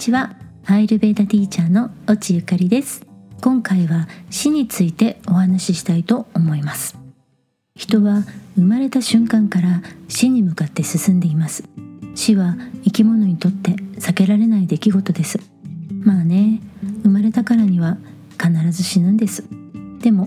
ちは。アイルベーダティーチャーの越智ゆかりです。今回は死についてお話ししたいと思います。人は生まれた瞬間から死に向かって進んでいます。死は生き物にとって避けられない出来事です。まあね、生まれたからには必ず死ぬんです。でも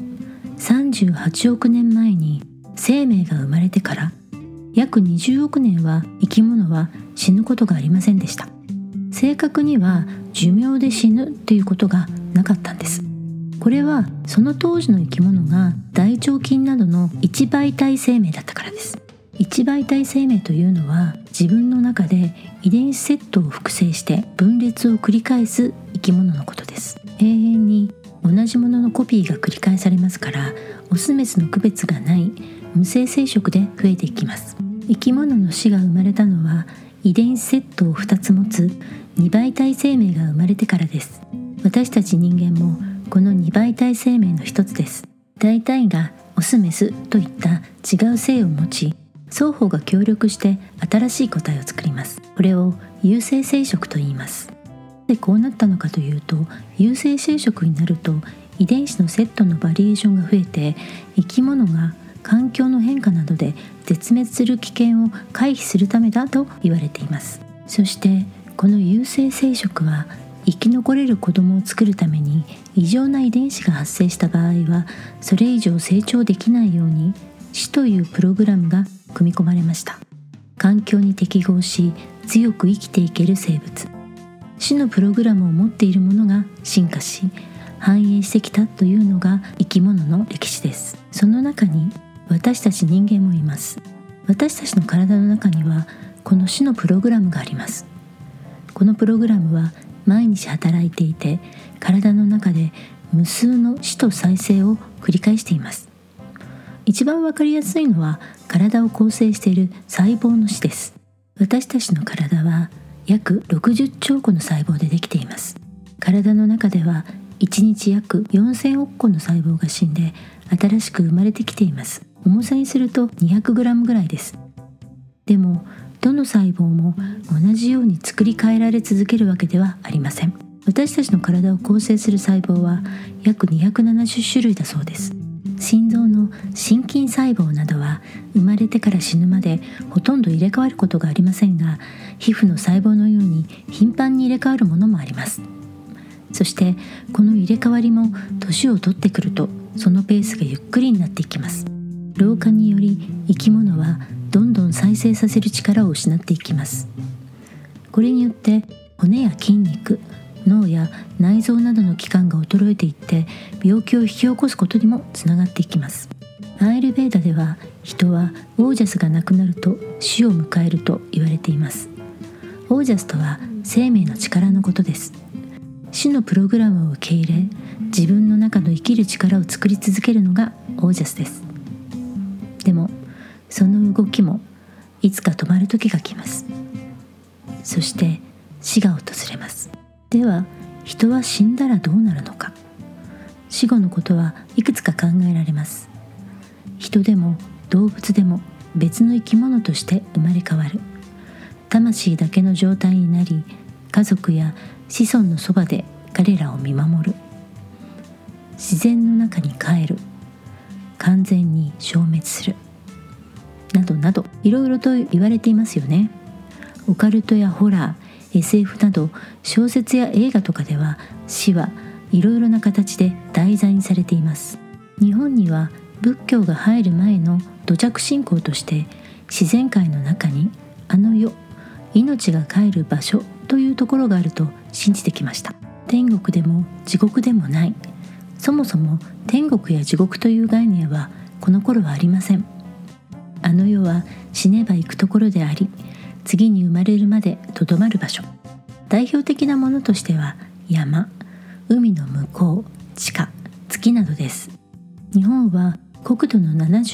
38億年前に生命が生まれてから約20億年は生き物は死ぬことがありませんでした。正確には寿命で死ぬということがなかったんです。これはその当時の生き物が大腸菌などの一媒体生命だったからです。一媒体生命というのは自分の中で遺伝子セットを複製して分裂を繰り返す生き物のことです。永遠に同じもののコピーが繰り返されますから、オスメスの区別がない無性生殖で増えていきます。生き物の死が生まれたのは遺伝子セットを2つ持つ二媒体生命が生まれてからです。私たち人間もこの二媒体生命の一つです。大体がオスメスといった違う性を持ち、双方が協力して新しい個体を作ります。これを有性生殖と言います。で、こうなったのかというと、有性生殖になると遺伝子のセットのバリエーションが増えて、生き物が環境の変化などで絶滅する危険を回避するためだと言われています。そしてこの有性生殖は生き残れる子供を作るために異常な遺伝子が発生した場合はそれ以上成長できないように死というプログラムが組み込まれました。環境に適合し強く生きていける生物、死のプログラムを持っているものが進化し繁栄してきたというのが生き物の歴史です。その中に私たち人間もいます。私たちの体の中にはこの死のプログラムがあります。このプログラムは毎日働いていて、体の中で無数の死と再生を繰り返しています。一番わかりやすいのは体を構成している細胞の死です。私たちの体は約60兆個の細胞でできています。体の中では1日約4000億個の細胞が死んで新しく生まれてきています。重さにすると 200g ぐらいです。でもどの細胞も同じように作り変えられ続けるわけではありません。私たちの体を構成する細胞は約270種類だそうです。心臓の心筋細胞などは生まれてから死ぬまでほとんど入れ替わることがありませんが、皮膚の細胞のように頻繁に入れ替わるものもあります。そしてこの入れ替わりも年を取ってくるとそのペースがゆっくりになっていきます。老化により生き物はどんどん再生させる力を失っていきます。これによって骨や筋肉、脳や内臓などの器官が衰えていって病気を引き起こすことにもつながっていきます。アイルベーダでは人はオージャスがなくなると死を迎えると言われています。オージャスとは生命の力のことです。死のプログラムを受け入れ、自分の中の生きる力を作り続けるのがオージャスです。でもその動きもいつか止まる時が来ます。そして死が訪れます。では人は死んだらどうなるのか。死後のことはいくつか考えられます。人でも動物でも別の生き物として生まれ変わる。魂だけの状態になり、家族や子孫のそばで彼らを見守る。自然の中に帰る。完全に消滅する。などなどいろいろと言われていますよね。オカルトやホラー、SF など小説や映画とかでは死はいろいろな形で題材にされています。日本には仏教が入る前の土着信仰として自然界の中にあの世、命が帰る場所というところがあると信じてきました。天国でも地獄でもない。そもそも天国や地獄という概念はこの頃はありません。あの世は死ねば行くところであり、次に生まれるまでとどまる場所。代表的なものとしては山、海の向こう、地下、月などです。日本は国土の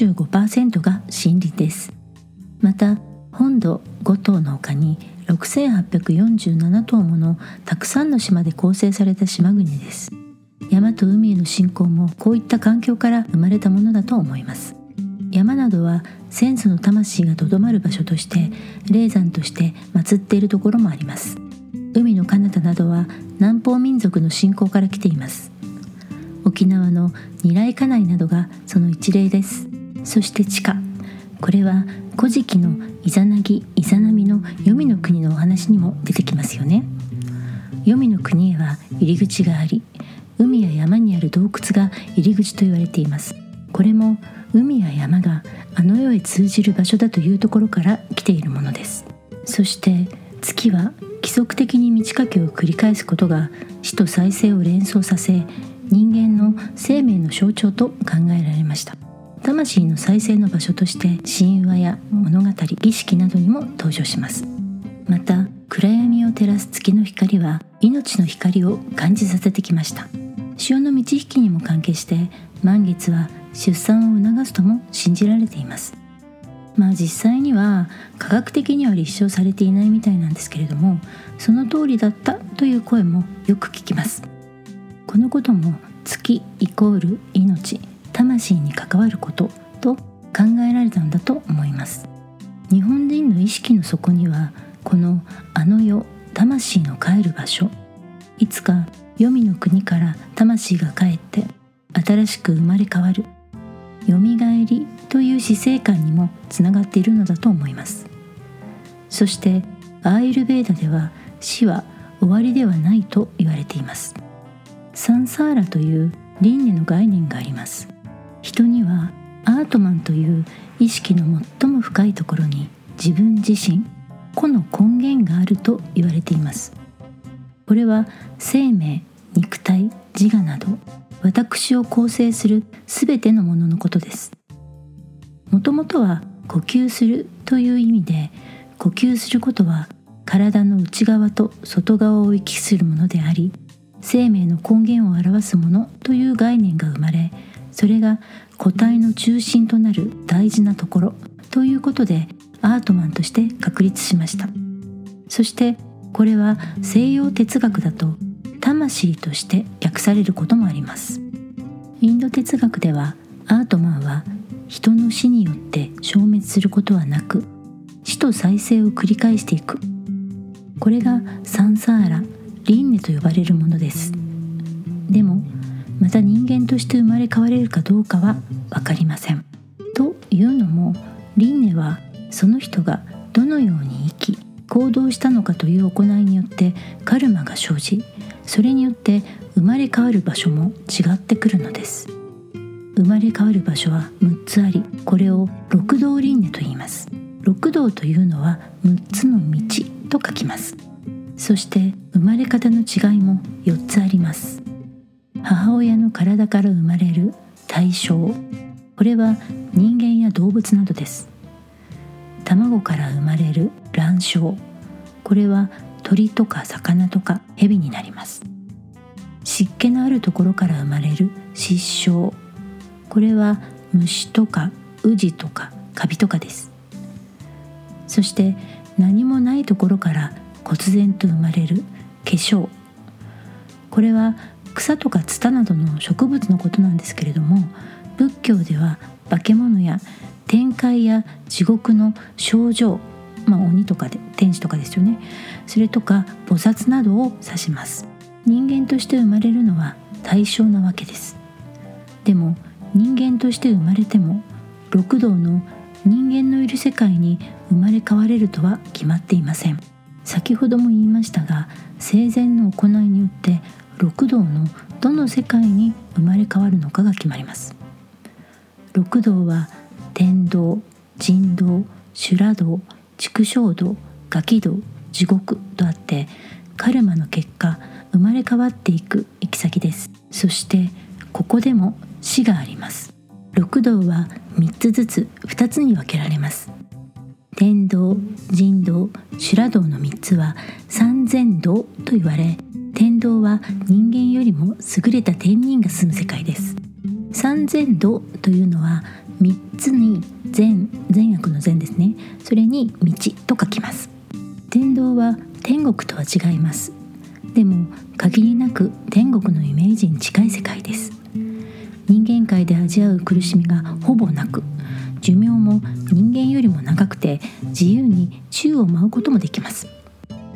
75% が森林です。また本土5島の他に6847島ものたくさんの島で構成された島国です。山と海への信仰もこういった環境から生まれたものだと思います。山などは先祖の魂がとどまる場所として霊山として祀っているところもあります。海のの彼方などは南方民族の信仰から来ています。沖縄の二来家内などがその一例です。そして地下、これは古事記のイザナギイザナミの黄泉の国のお話にも出てきますよね。黄泉の国へは入り口があり、海や山にある洞窟が入り口と言われています。これも海や山があの世へ通じる場所だというところから来ているものです。そして月は規則的に満ち欠けを繰り返すことが死と再生を連想させ、人間の生命の象徴と考えられました。魂の再生の場所として神話や物語、儀式などにも登場します。また暗闇を照らす月の光は命の光を感じさせてきました。潮の満ち引きにも関係して満月は出産を促すとも信じられています。実際には科学的には立証されていないみたいなんですけれども、その通りだったという声もよく聞きます。このことも月イコール命、魂に関わることと考えられたのだと思います。日本人の意識の底にはこのあの世、魂の帰る場所、いつか黄泉の国から魂が帰って新しく生まれ変わるよみがえりという死生観にもつながっているのだと思います。そしてアーユルヴェーダでは死は終わりではないと言われています。サンサーラという輪廻の概念があります。人にはアートマンという意識の最も深いところに自分自身、個の根源があると言われています。これは生命、肉体、自我など私を構成するすべてのもののことです。もともとは呼吸するという意味で、呼吸することは体の内側と外側を行き来するものであり、生命の根源を表すものという概念が生まれ、それが個体の中心となる大事なところということでアートマンとして確立しました。そしてこれは西洋哲学だと魂として訳されることもあります。インド哲学ではアートマンは人の死によって消滅することはなく、死と再生を繰り返していく、これがサンサーラ、輪廻と呼ばれるものです。でもまた人間として生まれ変われるかどうかは分かりません。というのも、輪廻はその人がどのように生き行動したのかという行いによってカルマが生じ、それによって生まれ変わる場所も違ってくるのです。生まれ変わる場所は6つあり、これを六道輪廻と言います。六道というのは6つの道と書きます。そして生まれ方の違いも4つあります。母親の体から生まれる胎生、これは人間や動物などです。卵から生まれる卵生、これは鳥とか魚とか蛇になります。湿気のあるところから生まれる湿生、これは虫とかウジとかカビとかです。そして何もないところから忽然と生まれる化粧、これは草とかツタなどの植物のことなんですけれども、仏教では化け物や天界や地獄の症状、鬼とかで天使とかですよね、それとか菩薩などを指します。人間として生まれるのは対象なわけです。でも人間として生まれても六道の人間のいる世界に生まれ変われるとは決まっていません。先ほども言いましたが、生前の行いによって六道のどの世界に生まれ変わるのかが決まります。六道は天道、人道、修羅道、畜生道、餓鬼道、地獄とあって、カルマの結果生まれ変わっていく行き先です。そしてここでも死があります。六道は3つずつ2つに分けられます。天道、人道、修羅道の3つは三千道と言われ、天道は人間よりも優れた天人が住む世界です。三千道というのは3つに善悪の善ですね、それに道と書きます。天道は天国とは違います。でも限りなく天国のイメージに近い世界です。人間界で味わう苦しみがほぼなく、寿命も人間よりも長くて自由に宙を舞うこともできます。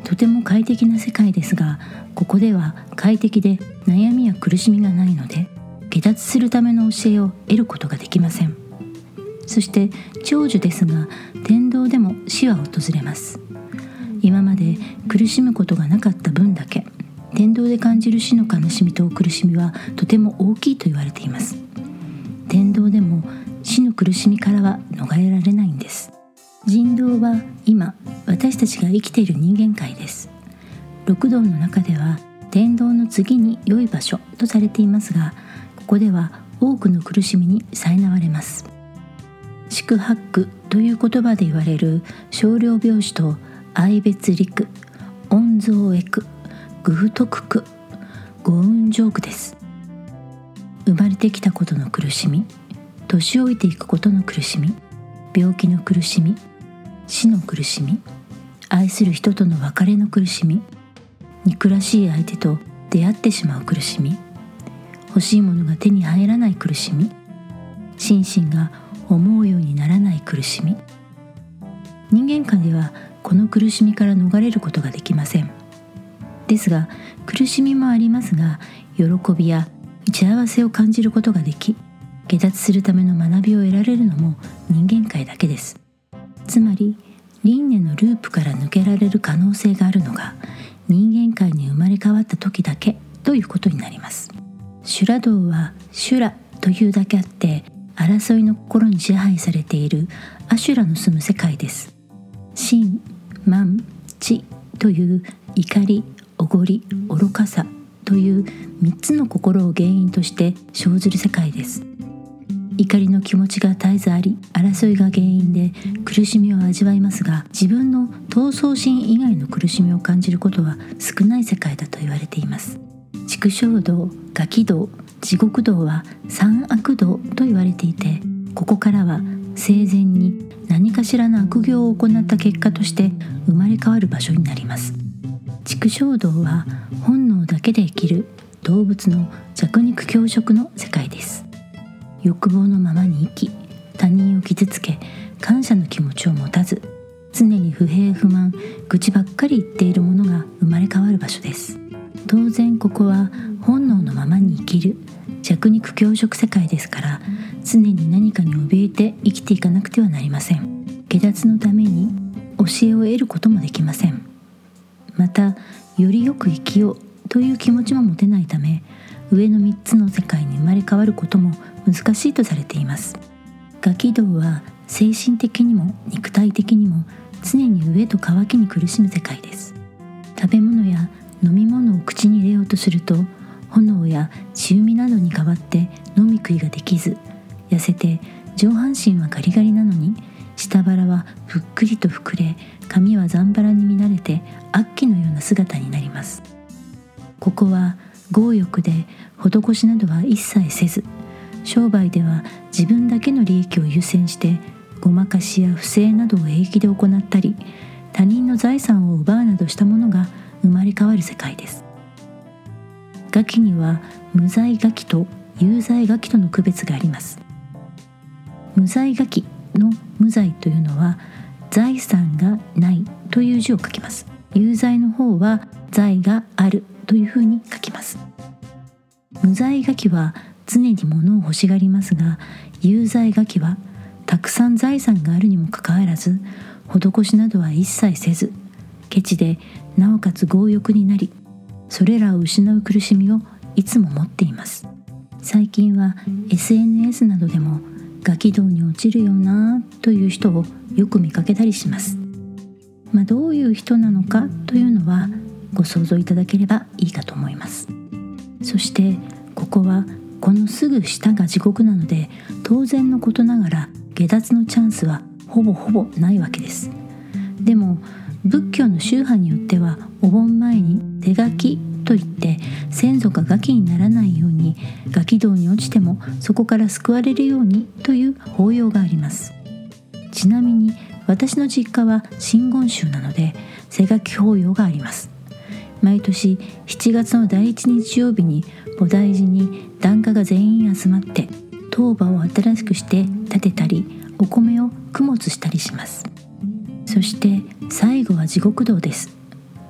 とても快適な世界ですが、ここでは快適で悩みや苦しみがないので、下脱するための教えを得ることができません。そして長寿ですが、天道でも死は訪れます。今まで苦しむことがなかった分だけ、天道で感じる死の悲しみと苦しみはとても大きいと言われています。天道でも死の苦しみからは逃れられないんです。人道は今私たちが生きている人間界です。六道の中では天道の次に良い場所とされていますが、ここでは多くの苦しみに苛われます。四苦八苦という言葉で言われる少量病死と愛別離苦、恩憎会苦、愚不徳苦、五運上苦です。生まれてきたことの苦しみ、年老いていくことの苦しみ、病気の苦しみ、死の苦しみ、愛する人との別れの苦しみ、憎らしい相手と出会ってしまう苦しみ、欲しいものが手に入らない苦しみ、心身が思うようにならない苦しみ。人間界ではこの苦しみから逃れることができません。ですが、苦しみもありますが、喜びや幸せを感じることができ、下脱するための学びを得られるのも人間界だけです。つまり輪廻のループから抜けられる可能性があるのが人間界に生まれ変わった時だけということになります。修羅道は修羅というだけあって、争いの心に支配されている阿修羅の住む世界です。心、慢、智という怒り、おごり、愚かさという3つの心を原因として生ずる世界です。怒りの気持ちが絶えずあり、争いが原因で苦しみを味わいますが、自分の闘争心以外の苦しみを感じることは少ない世界だと言われています。畜生道、餓鬼道、地獄道は三悪道と言われていて、ここからは生前に何かしらの悪行を行った結果として生まれ変わる場所になります。畜生道は本能だけで生きる動物の弱肉強食の世界です。欲望のままに生き、他人を傷つけ、感謝の気持ちを持たず、常に不平不満、愚痴ばっかり言っているものが生まれ変わる場所です。当然ここは本能のままに生きる弱肉強食世界ですから、常に何かに怯えて生きていかなくてはなりません。下脱のために教えを得ることもできません。また、よりよく生きようという気持ちも持てないため、上の3つの世界に生まれ変わることも難しいとされています。餓鬼道は精神的にも肉体的にも常に飢えと渇きに苦しむ世界です。食べ物や飲み物を口に入れようとすると、炎や血海などに代わって飲み食いができず、痩せて上半身はガリガリなのに下腹はぷっくりと膨れ、髪はざんばらに乱れて悪鬼のような姿になります。ここは強欲で施しなどは一切せず、商売では自分だけの利益を優先してごまかしや不正などを平気で行ったり、他人の財産を奪うなどしたものが生まれ変わる世界です。餓鬼には無罪餓鬼と有罪餓鬼との区別があります。無罪餓鬼の無罪というのは財産がないという字を書きます。有罪の方は財があるというふうに書きます。無罪餓鬼は常に物を欲しがりますが、有罪餓鬼はたくさん財産があるにもかかわらず、施しなどは一切せず、ケチでなおかつ強欲になり、それらを失う苦しみをいつも持っています。最近は SNS などでも餓鬼道に落ちるよなという人をよく見かけたりします。どういう人なのかというのはご想像いただければいいかと思います。そしてここはこのすぐ下が地獄なので、当然のことながら下脱のチャンスはほぼないわけです。でも仏教の宗派によっては、お盆前に手書きといって先祖が餓鬼にならないように、餓鬼道に落ちてもそこから救われるようにという法要があります。ちなみに私の実家は真言宗なので背書き法要があります。毎年7月の第1日曜日に菩提寺に檀家が全員集まって当場を新しくして建てたり、お米を供物したりします。そして最後は地獄道です。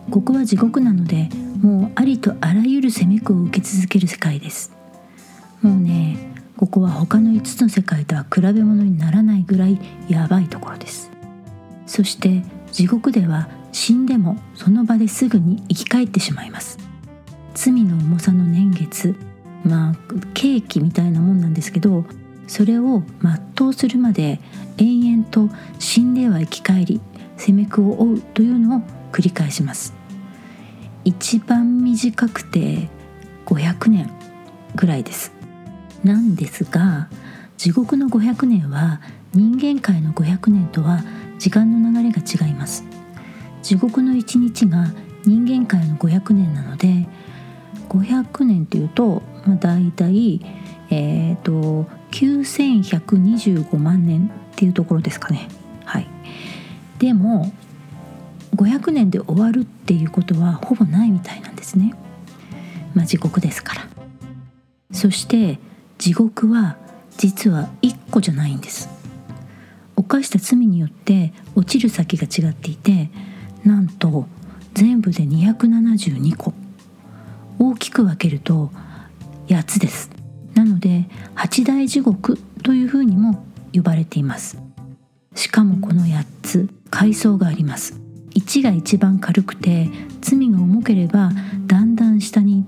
ここは地獄なので、もうありとあらゆる責め苦を受け続ける世界です。もうね、ここは他の5つの世界とは比べ物にならないぐらいやばいところです。そして地獄では死んでもその場ですぐに生き返ってしまいます。罪の重さの年月、刑期みたいなもんなんですけど、それを全うするまで延々と死んでは生き返り、責め苦を負うというのを繰り返します。一番短くて500年ぐらいです。なんですが、地獄の500年は人間界の500年とは時間の流れが違います。地獄の1日が人間界の500年なので、500年というと、だいたい9125万年っていうところですかね。はい。でも500年で終わるっていうことはほぼないみたいなんですね。地獄ですから。そして地獄は実は1個じゃないんです。犯した罪によって落ちる先が違っていて、なんと全部で272個。大きく分けると8つです。なので8大地獄というふうにも呼ばれています。しかもこの8つ階層があります。1が一番軽くて、罪が重ければだんだん下に行って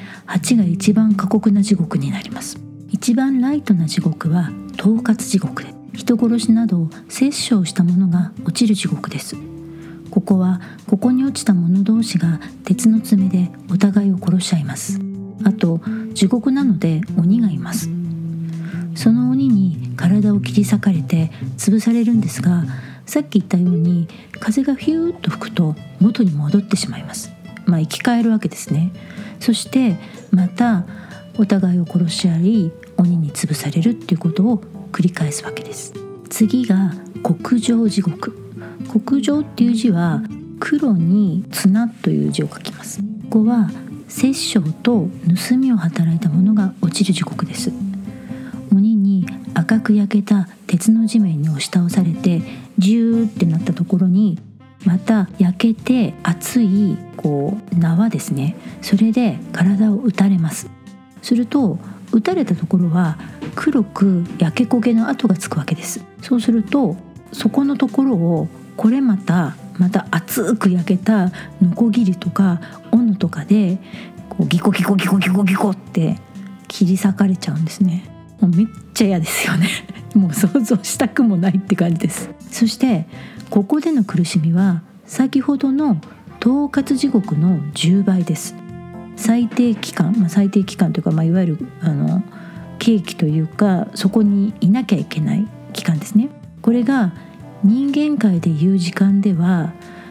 、8が一番過酷な地獄になります。一番ライトな地獄は統括地獄で、人殺しなど殺生した者が落ちる地獄です。ここはここに落ちた者同士が鉄の爪でお互いを殺し合います。あと地獄なので鬼がいます。その鬼に体を切り裂かれて潰されるんですが、さっき言ったように風がヒューッと吹くと元に戻ってしまいます。生き返るわけですね。そしてまたお互いを殺し合い、鬼に潰されるっていうことを繰り返すわけです。次が黒状地獄。黒状っていう字は黒に綱という字を書きます。ここは殺生と盗みを働いた者が落ちる地獄です。鬼に赤く焼けた鉄の地面に押し倒されてジューってなったところに、また焼けて熱い縄ですね、それで体を打たれます。すると打たれたところは黒く焼け焦げの跡がつくわけです。そうするとそこのところをこれまた熱く焼けたノコギリとか斧とかでギコギコギコギコギコって切り裂かれちゃうんですね。もうめっちゃ嫌ですよねもう想像したくもないって感じです。そしてここでの苦しみは先ほどの統括地獄の10倍です。最低期間、最低期間というか、いわゆる刑期というか、そこにいなきゃいけない期間ですね。これが人間界でいう時間では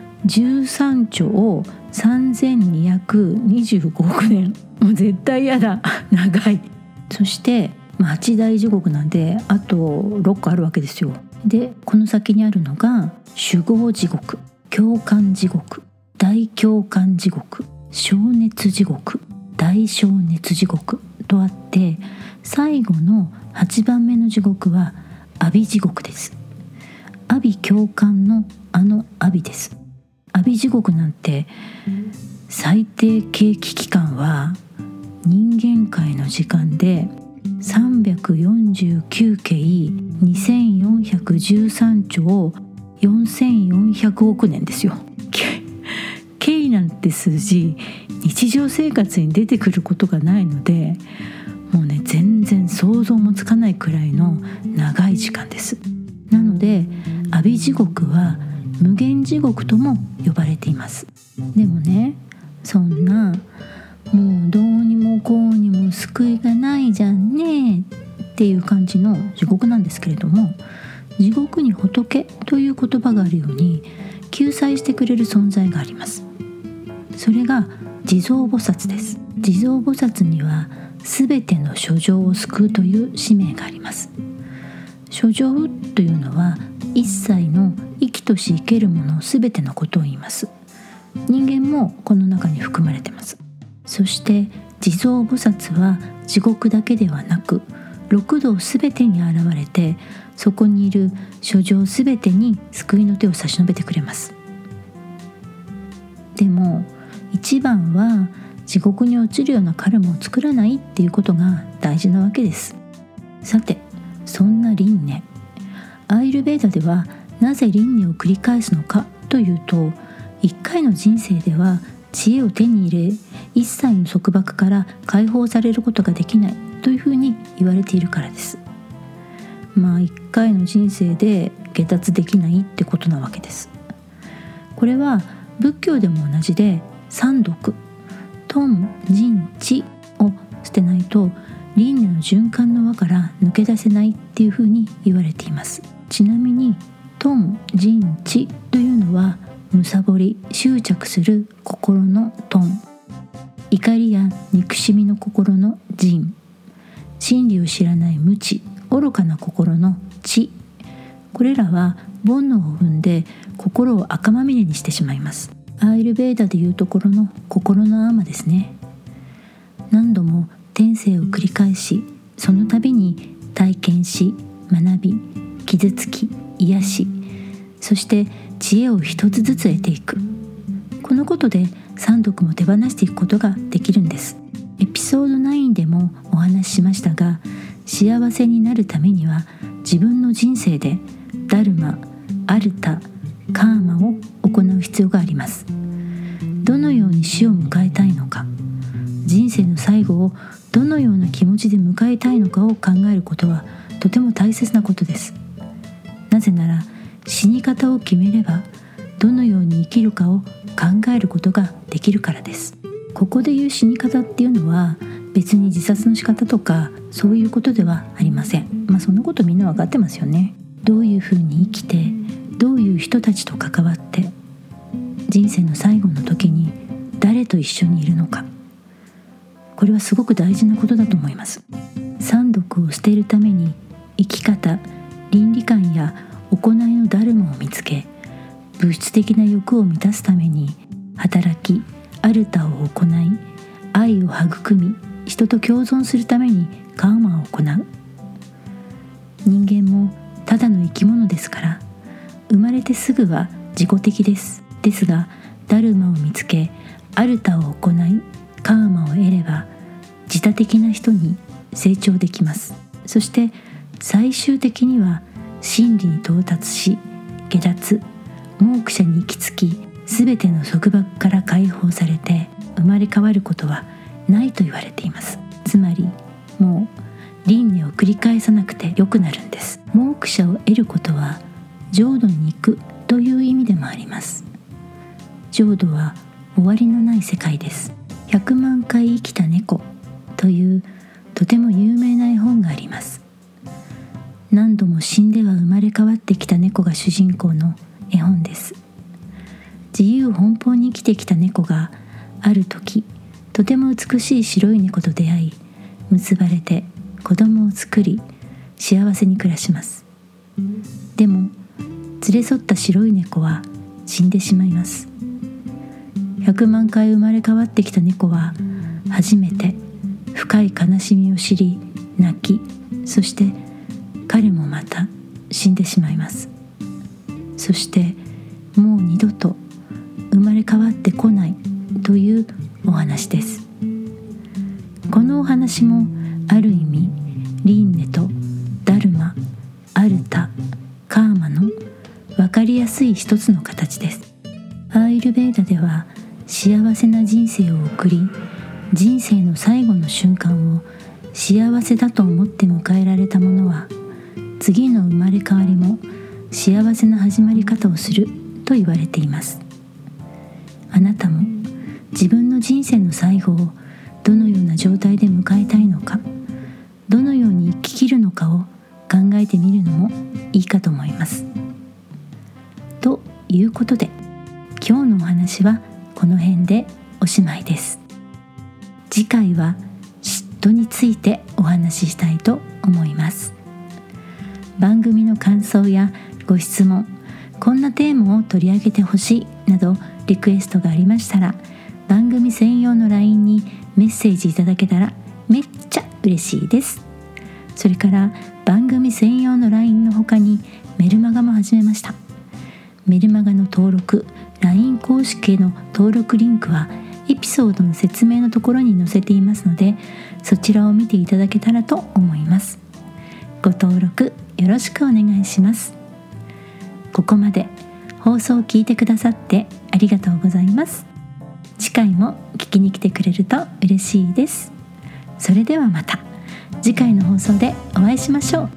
13兆3225億年。もう絶対嫌だ長い。そして8大地獄なんであと6個あるわけですよ。でこの先にあるのが酒豪地獄、共感地獄、大共感地獄、消熱地獄、大消熱地獄とあって、最後の8番目の地獄は阿鼻地獄です。阿鼻共感の阿鼻です。阿鼻地獄なんて最低刑期期間は人間界の時間で349刑2413兆4400億年ですよ。刑なんて数字日常生活に出てくることがないので、もうね全然想像もつかないくらいの長い時間です。なので阿鼻地獄は無限地獄とも呼ばれています。でもね、そんなもうどうにもこうにも救いがないじゃんねっていう感じの地獄なんですけれども、地獄に仏という言葉があるように救済してくれる存在があります。それが地蔵菩薩です。地蔵菩薩にはすべての諸情を救うという使命があります。諸情というのは一切の生きとし生けるものすべてのことを言います。人間もこの中に含まれています。そして地蔵菩薩は地獄だけではなく六道すべてに現れて、そこにいる諸情すべてに救いの手を差し伸べてくれます。 でも一番は地獄に落ちるようなカルマを作らないっていうことが大事なわけです。さて、そんな輪廻、アーユルヴェーダではなぜ輪廻を繰り返すのかというと、一回の人生では知恵を手に入れ、一切の束縛から解放されることができないというふうに言われているからです。一回の人生で下脱できないってことなわけです。これは仏教でも同じで、三毒、頓人知を捨てないと輪廻の循環の輪から抜け出せないっていうふうに言われています。ちなみに頓人知というのは貪り執着する心の頓、怒りや憎しみの心の人、真理を知らない無知愚かな心の知、これらは煩悩を生んで心を赤まみれにしてしまいます。アーユルヴェーダでいうところの心のアーマですね。何度も転生を繰り返し、その度に体験し、学び、傷つき、癒し、そして知恵を一つずつ得ていく。このことで三毒も手放していくことができるんです。エピソード9でもお話ししましたが、幸せになるためには自分の人生でダルマ、アルタ、カーマを行う必要があります。どのように死を迎えたいのか、人生の最後をどのような気持ちで迎えたいのかを考えることはとても大切なことです。なぜなら死に方を決めれば、どのように生きるかを考えることができるからです。ここでいう死に方っていうのは別に自殺の仕方とかそういうことではありません。そんなことみんな分かってますよね。どういうふうに生きて、どういう人たちと関わって、人生の最後の時に誰と一緒にいるのか、これはすごく大事なことだと思います。三毒を捨てるために生き方、倫理観や行いのダルマを見つけ、物質的な欲を満たすために働き、アルタを行い、愛を育み、人と共存するためにカーマを行う。人間もただの生き物ですから、生まれてすぐは自己的です。ですが、ダルマを見つけ、アルタを行い、カーマを得れば自他的な人に成長できます。そして最終的には真理に到達し、下脱、モークシャに行き着き、すべての束縛から解放されて生まれ変わることはないと言われています。つまりもう輪廻を繰り返さなくてよくなるんです。モークシャを得ることは浄土に行くという意味でもあります。浄土は終わりのない世界です。100万回生きた猫というとても有名な絵本があります。何度も死んでは生まれ変わってきた猫が主人公の絵本です。自由奔放に生きてきた猫がある時、とても美しい白い猫と出会い、結ばれて子供を作り、幸せに暮らします。でも連れ添った白い猫は死んでしまいます。100万回生まれ変わってきた猫は初めて深い悲しみを知り、泣き、そして彼もまた死んでしまいます。そしてもう二度と生まれ変わってこないというお話です。このお話もある意味輪廻とダルマ、アルタ、カーマの分かりやすい一つの形です。アーユルヴェーダでは幸せな人生を送り、人生の最後の瞬間を幸せだと思って迎えられた者は、次の生まれ変わりも幸せな始まり方をすると言われています。あなたも自分の人生の最後をどのような状態で迎えたいのか、どのように生き切るのかを考えてみるのもいいかと思います。ということで、今日のお話はこの辺でおしまいです。次回は嫉妬についてお話ししたいと思います。番組の感想やご質問、こんなテーマを取り上げてほしいなどリクエストがありましたら、番組専用の LINE にメッセージいただけたらめっちゃ嬉しいです。それから番組専用の LINE の他にメルマガも始めました。メルマガの登録、 LINE 公式への登録リンクはエピソードの説明のところに載せていますので、そちらを見ていただけたらと思います。ご登録よろしくお願いします。ここまで放送を聞いてくださってありがとうございます。次回も聞きに来てくれると嬉しいです。それではまた次回の放送でお会いしましょう。